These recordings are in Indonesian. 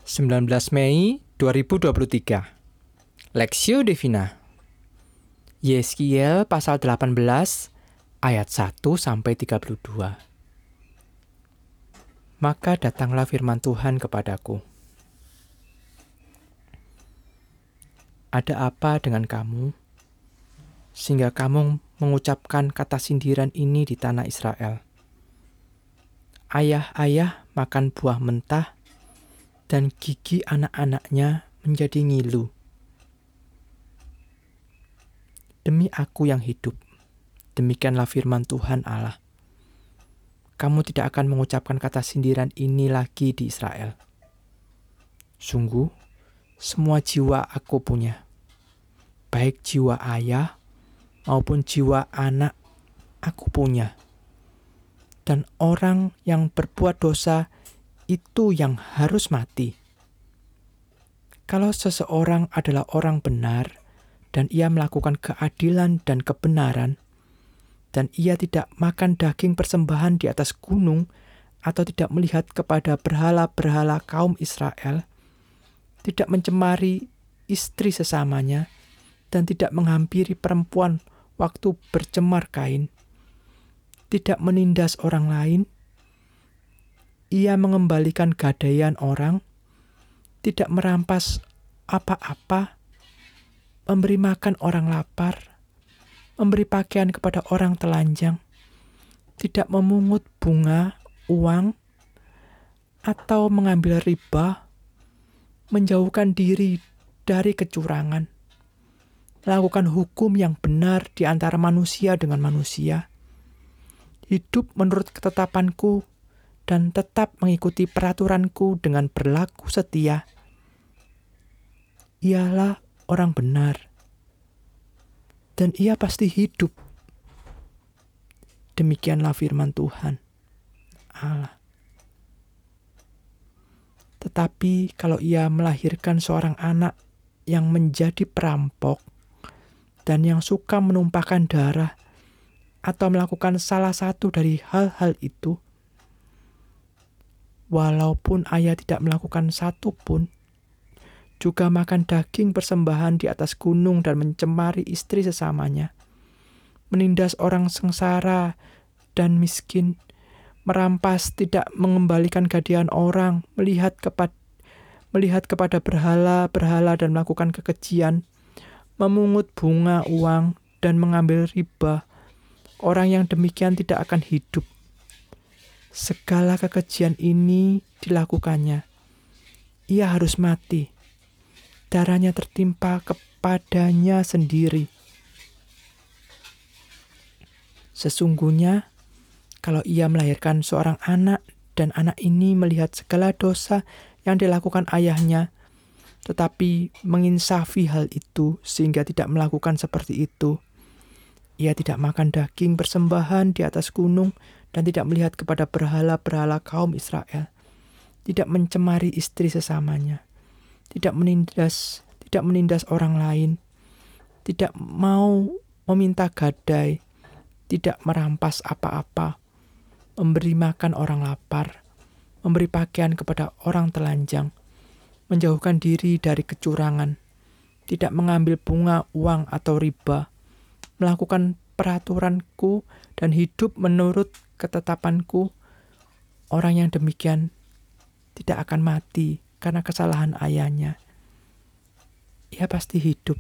19 Mei 2023. Lexio Divina. Yeskiel pasal 18 ayat 1 sampai 32. Maka datanglah firman Tuhan kepadaku. Ada apa dengan kamu sehingga kamu mengucapkan kata sindiran ini di tanah Israel? Ayah-ayah makan buah mentah, dan gigi anak-anaknya menjadi ngilu. Demi aku yang hidup, demikianlah firman Tuhan Allah. Kamu tidak akan mengucapkan kata sindiran ini lagi di Israel. Sungguh, semua jiwa aku punya, baik jiwa ayah maupun jiwa anak aku punya. Dan orang yang berbuat dosa itu yang harus mati. Kalau seseorang adalah orang benar dan ia melakukan keadilan dan kebenaran, dan ia tidak makan daging persembahan di atas gunung atau tidak melihat kepada berhala-berhala kaum Israel, tidak mencemari istri sesamanya, dan tidak menghampiri perempuan waktu bercemar kain, tidak menindas orang lain, ia mengembalikan gadaian orang, tidak merampas apa-apa, memberi makan orang lapar, memberi pakaian kepada orang telanjang, tidak memungut bunga, uang, atau mengambil riba, menjauhkan diri dari kecurangan, melakukan hukum yang benar di antara manusia dengan manusia, hidup menurut ketetapanku, dan tetap mengikuti peraturanku dengan berlaku setia. Ialah orang benar, dan ia pasti hidup. Demikianlah firman Tuhan Allah. Tetapi kalau ia melahirkan seorang anak yang menjadi perampok dan yang suka menumpahkan darah atau melakukan salah satu dari hal-hal itu, walaupun ayah tidak melakukan satu pun, juga makan daging persembahan di atas gunung dan mencemari istri sesamanya, menindas orang sengsara dan miskin, merampas, tidak mengembalikan gadaian orang, melihat kepada berhala-berhala dan melakukan kekejian, memungut bunga uang dan mengambil riba, orang yang demikian tidak akan hidup. Segala kekejian ini dilakukannya. Ia harus mati. Darahnya tertimpa kepadanya sendiri. Sesungguhnya, kalau ia melahirkan seorang anak dan anak ini melihat segala dosa yang dilakukan ayahnya, tetapi menginsafi hal itu sehingga tidak melakukan seperti itu, ia tidak makan daging persembahan di atas gunung dan tidak melihat kepada berhala-berhala kaum Israel, tidak mencemari istri sesamanya, tidak menindas orang lain, tidak mau meminta gadai, tidak merampas apa-apa, memberi makan orang lapar, memberi pakaian kepada orang telanjang, menjauhkan diri dari kecurangan, tidak mengambil bunga uang atau riba, melakukan peraturanku dan hidup menurut ketetapanku, orang yang demikian tidak akan mati karena kesalahan ayahnya. Ia pasti hidup.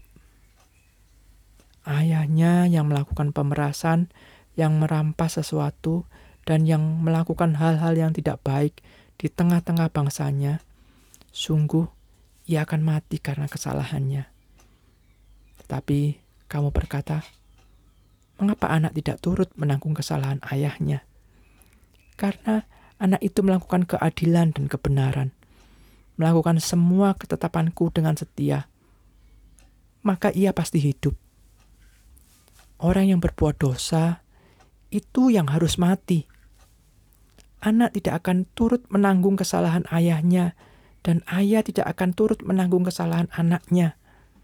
Ayahnya yang melakukan pemerasan, yang merampas sesuatu, dan yang melakukan hal-hal yang tidak baik di tengah-tengah bangsanya, sungguh ia akan mati karena kesalahannya. Tetapi kamu berkata, mengapa anak tidak turut menanggung kesalahan ayahnya? Karena anak itu melakukan keadilan dan kebenaran, melakukan semua ketetapanku dengan setia, maka ia pasti hidup. Orang yang berbuat dosa, itu yang harus mati. Anak tidak akan turut menanggung kesalahan ayahnya, dan ayah tidak akan turut menanggung kesalahan anaknya.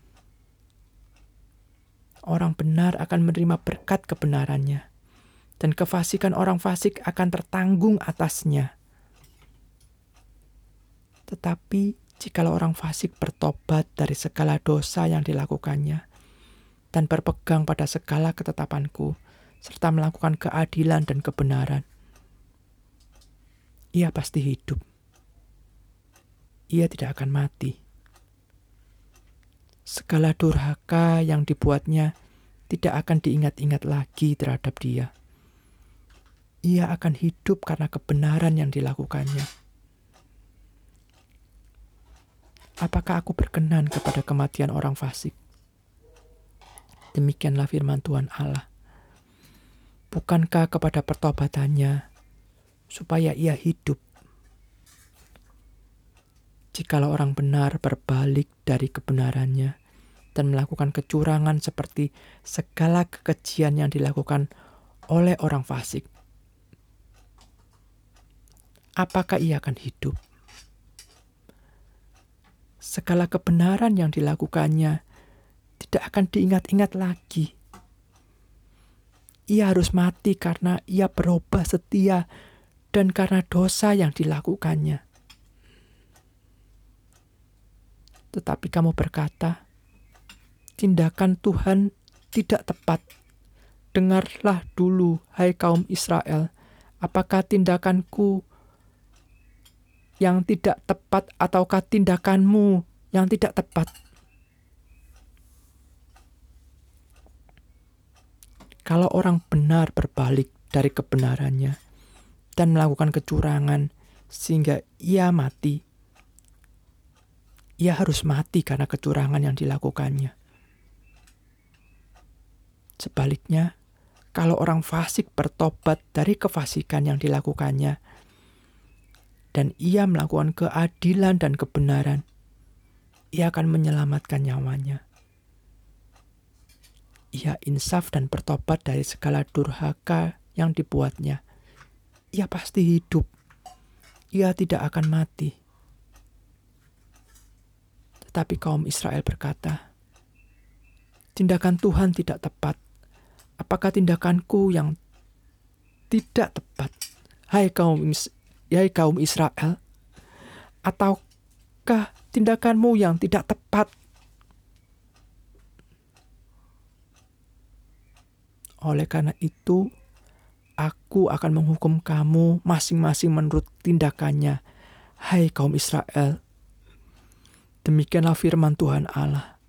Orang benar akan menerima berkat kebenarannya, dan kefasikan orang fasik akan tertanggung atasnya. Tetapi Jikalau orang fasik bertobat dari segala dosa yang dilakukannya dan berpegang pada segala ketetapanku, serta melakukan keadilan dan kebenaran, ia pasti hidup. Ia tidak akan mati. Segala durhaka yang dibuatnya tidak akan diingat-ingat lagi terhadap dia. Ia akan hidup karena kebenaran yang dilakukannya. Apakah aku berkenan kepada kematian orang fasik? Demikianlah firman Tuhan Allah. Bukankah kepada pertobatannya supaya ia hidup? Jikalau orang benar berbalik dari kebenarannya dan melakukan kecurangan seperti segala kekejian yang dilakukan oleh orang fasik, apakah ia akan hidup? Segala kebenaran yang dilakukannya tidak akan diingat-ingat lagi. Ia harus mati karena ia berubah setia dan karena dosa yang dilakukannya. Tetapi kamu berkata, tindakan Tuhan tidak tepat. Dengarlah dulu, hai kaum Israel, apakah tindakanku yang tidak tepat ataukah tindakanmu yang tidak tepat? Kalau orang benar berbalik dari kebenarannya dan melakukan kecurangan sehingga ia mati, ia harus mati karena kecurangan yang dilakukannya. Sebaliknya, kalau orang fasik bertobat dari kefasikan yang dilakukannya dan ia melakukan keadilan dan kebenaran, ia akan menyelamatkan nyawanya. Ia insaf dan bertobat dari segala durhaka yang dibuatnya. Ia pasti hidup. Ia tidak akan mati. Tetapi kaum Israel berkata, tindakan Tuhan tidak tepat. Apakah tindakanku yang tidak tepat, hai kaum Israel? Ataukah tindakanmu yang tidak tepat? Oleh karena itu, aku akan menghukum kamu masing-masing menurut tindakannya, hai kaum Israel. Demikianlah firman Tuhan Allah.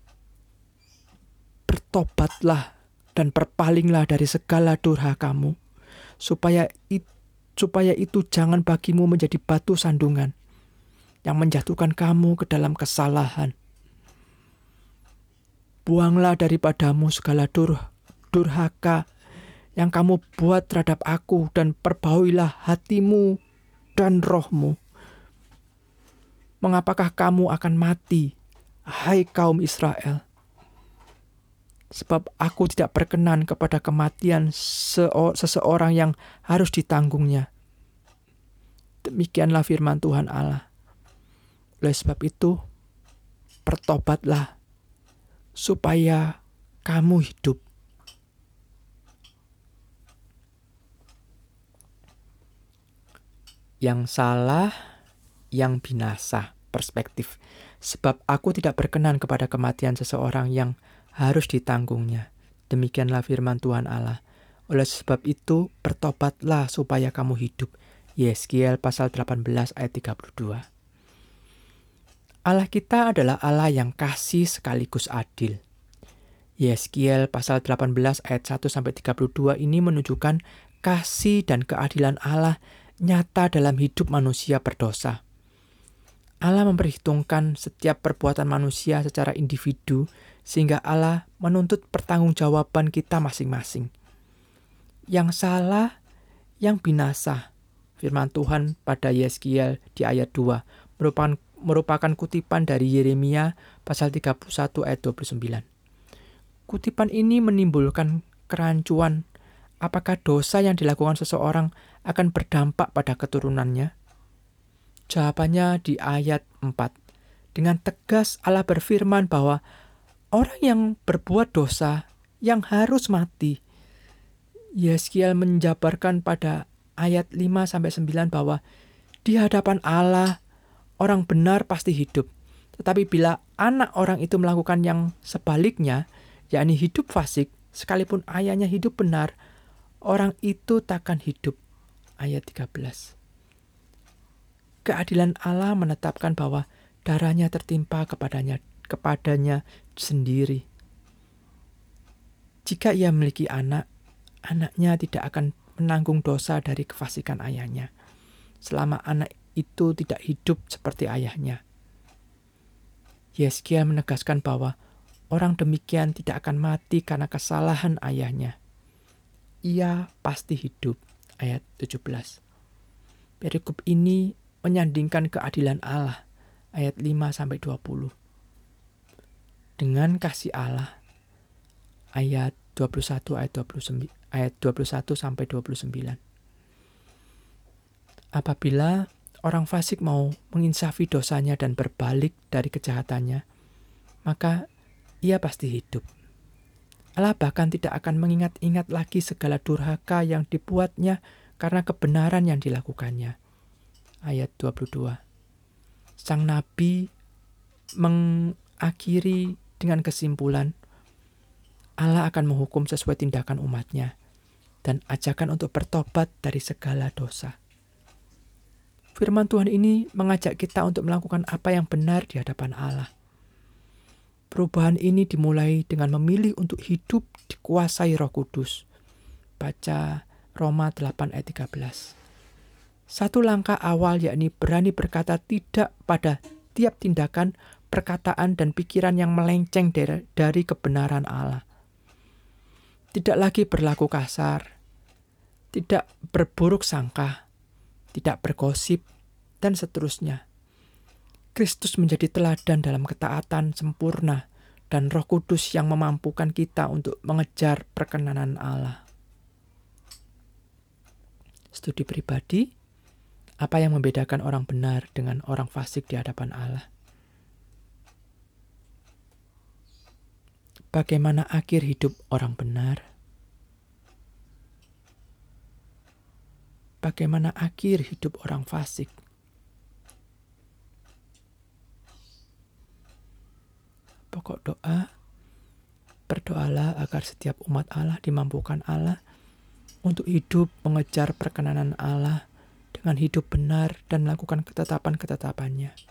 Bertobatlah dan berpalinglah dari segala durhakamu, supaya itu jangan bagimu menjadi batu sandungan yang menjatuhkan kamu ke dalam kesalahan. Buanglah daripadamu segala durhaka yang kamu buat terhadap aku dan perbauilah hatimu dan rohmu. Mengapakah kamu akan mati, hai kaum Israel? Sebab aku tidak berkenan kepada kematian seseorang yang harus ditanggungnya. Demikianlah firman Tuhan Allah. Oleh sebab itu, bertobatlah supaya kamu hidup. Yang salah, yang binasa, perspektif. Sebab aku tidak berkenan kepada kematian seseorang yang harus ditanggungnya. Demikianlah firman Tuhan Allah. Oleh sebab itu, bertobatlah supaya kamu hidup. Yeskiel pasal 18 ayat 32. Allah kita adalah Allah yang kasih sekaligus adil. Yeskiel pasal 18 ayat 1-32 ini menunjukkan kasih dan keadilan Allah nyata dalam hidup manusia berdosa. Allah memperhitungkan setiap perbuatan manusia secara individu sehingga Allah menuntut pertanggungjawaban kita masing-masing. Yang salah, yang binasa. Firman Tuhan pada Yeskiel di ayat 2 merupakan kutipan dari Yeremia pasal 31 ayat 29. Kutipan ini menimbulkan kerancuan apakah dosa yang dilakukan seseorang akan berdampak pada keturunannya. Jawabannya di ayat 4. Dengan tegas Allah berfirman bahwa orang yang berbuat dosa yang harus mati. Yeskiel menjabarkan pada ayat 5-9 bahwa di hadapan Allah orang benar pasti hidup. Tetapi bila anak orang itu melakukan yang sebaliknya, yakni hidup fasik, sekalipun ayahnya hidup benar, orang itu takkan hidup. Ayat 13. Keadilan Allah menetapkan bahwa darahnya tertimpa kepadanya sendiri. Jika ia memiliki anak, anaknya tidak akan menanggung dosa dari kefasikan ayahnya, selama anak itu tidak hidup seperti ayahnya. Yeskiel menegaskan bahwa orang demikian tidak akan mati karena kesalahan ayahnya. Ia pasti hidup. Ayat 17. Perikop ini menyandingkan keadilan Allah. Ayat 5-20. Dengan kasih Allah. Ayat 21 ayat 21-29. Apabila orang fasik mau menginsafi dosanya dan berbalik dari kejahatannya, maka ia pasti hidup. Allah bahkan tidak akan mengingat-ingat lagi segala durhaka yang dibuatnya karena kebenaran yang dilakukannya. Ayat 22. Sang Nabi mengakhiri dengan kesimpulan, Allah akan menghukum sesuai tindakan umatnya dan ajakan untuk bertobat dari segala dosa. Firman Tuhan ini mengajak kita untuk melakukan apa yang benar di hadapan Allah. Perubahan ini dimulai dengan memilih untuk hidup dikuasai Roh Kudus. Baca Roma 8 ayat 13. Satu langkah awal yakni berani berkata tidak pada tiap tindakan, perkataan, dan pikiran yang melenceng dari kebenaran Allah. Tidak lagi berlaku kasar, tidak berburuk sangka, tidak bergosip, dan seterusnya. Kristus menjadi teladan dalam ketaatan sempurna dan Roh Kudus yang memampukan kita untuk mengejar perkenanan Allah. Studi pribadi, apa yang membedakan orang benar dengan orang fasik di hadapan Allah? Bagaimana akhir hidup orang benar? Bagaimana akhir hidup orang fasik? Pokok doa, berdoalah agar setiap umat Allah dimampukan Allah untuk hidup mengejar perkenanan Allah dengan hidup benar dan melakukan ketetapan-ketetapannya.